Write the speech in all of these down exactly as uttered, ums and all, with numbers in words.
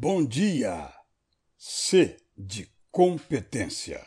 Bom dia! C de competência.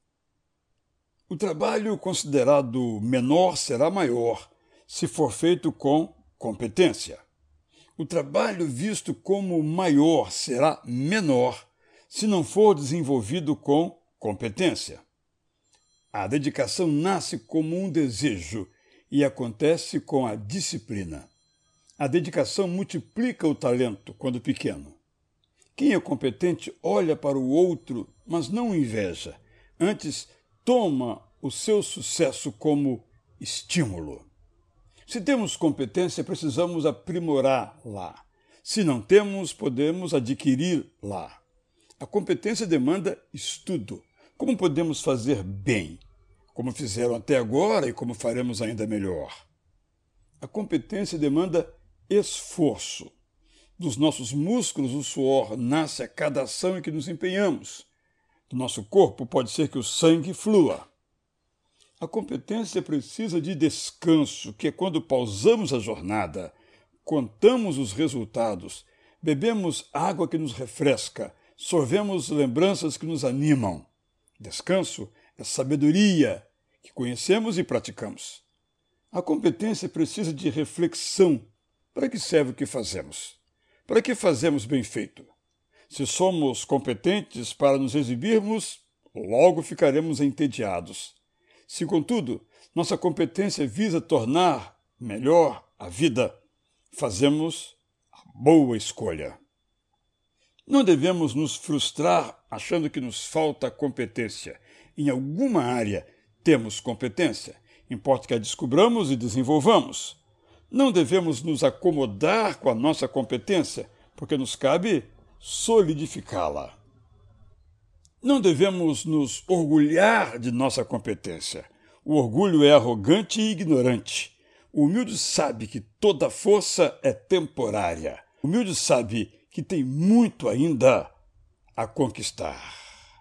O trabalho considerado menor será maior se for feito com competência. O trabalho visto como maior será menor se não for desenvolvido com competência. A dedicação nasce como um desejo e acontece com a disciplina. A dedicação multiplica o talento quando pequeno. Quem é competente olha para o outro, mas não inveja. Antes, toma o seu sucesso como estímulo. Se temos competência, precisamos aprimorá-la. Se não temos, podemos adquiri-la. A competência demanda estudo. Como podemos fazer bem? Como fizeram até agora e como faremos ainda melhor? A competência demanda esforço. Dos nossos músculos, o suor nasce a cada ação em que nos empenhamos. Do nosso corpo, pode ser que o sangue flua. A competência precisa de descanso, que é quando pausamos a jornada, contamos os resultados, bebemos água que nos refresca, sorvemos lembranças que nos animam. Descanso é sabedoria, que conhecemos e praticamos. A competência precisa de reflexão. Para que serve o que fazemos? Para que fazemos bem feito? Se somos competentes para nos exibirmos, logo ficaremos entediados. Se, contudo, nossa competência visa tornar melhor a vida, fazemos a boa escolha. Não devemos nos frustrar achando que nos falta competência. Em alguma área temos competência, importa que a descobramos e desenvolvamos. Não devemos nos acomodar com a nossa competência, porque nos cabe solidificá-la. Não devemos nos orgulhar de nossa competência. O orgulho é arrogante e ignorante. O humilde sabe que toda força é temporária. O humilde sabe que tem muito ainda a conquistar.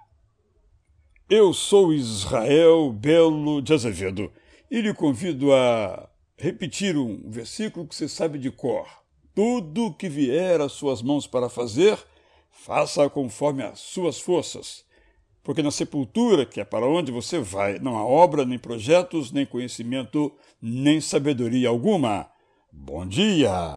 Eu sou Israel Belo de Azevedo e lhe convido a repetir um versículo que você sabe de cor. Tudo que vier às suas mãos para fazer, faça conforme as suas forças. Porque na sepultura, que é para onde você vai, não há obra, nem projetos, nem conhecimento, nem sabedoria alguma. Bom dia!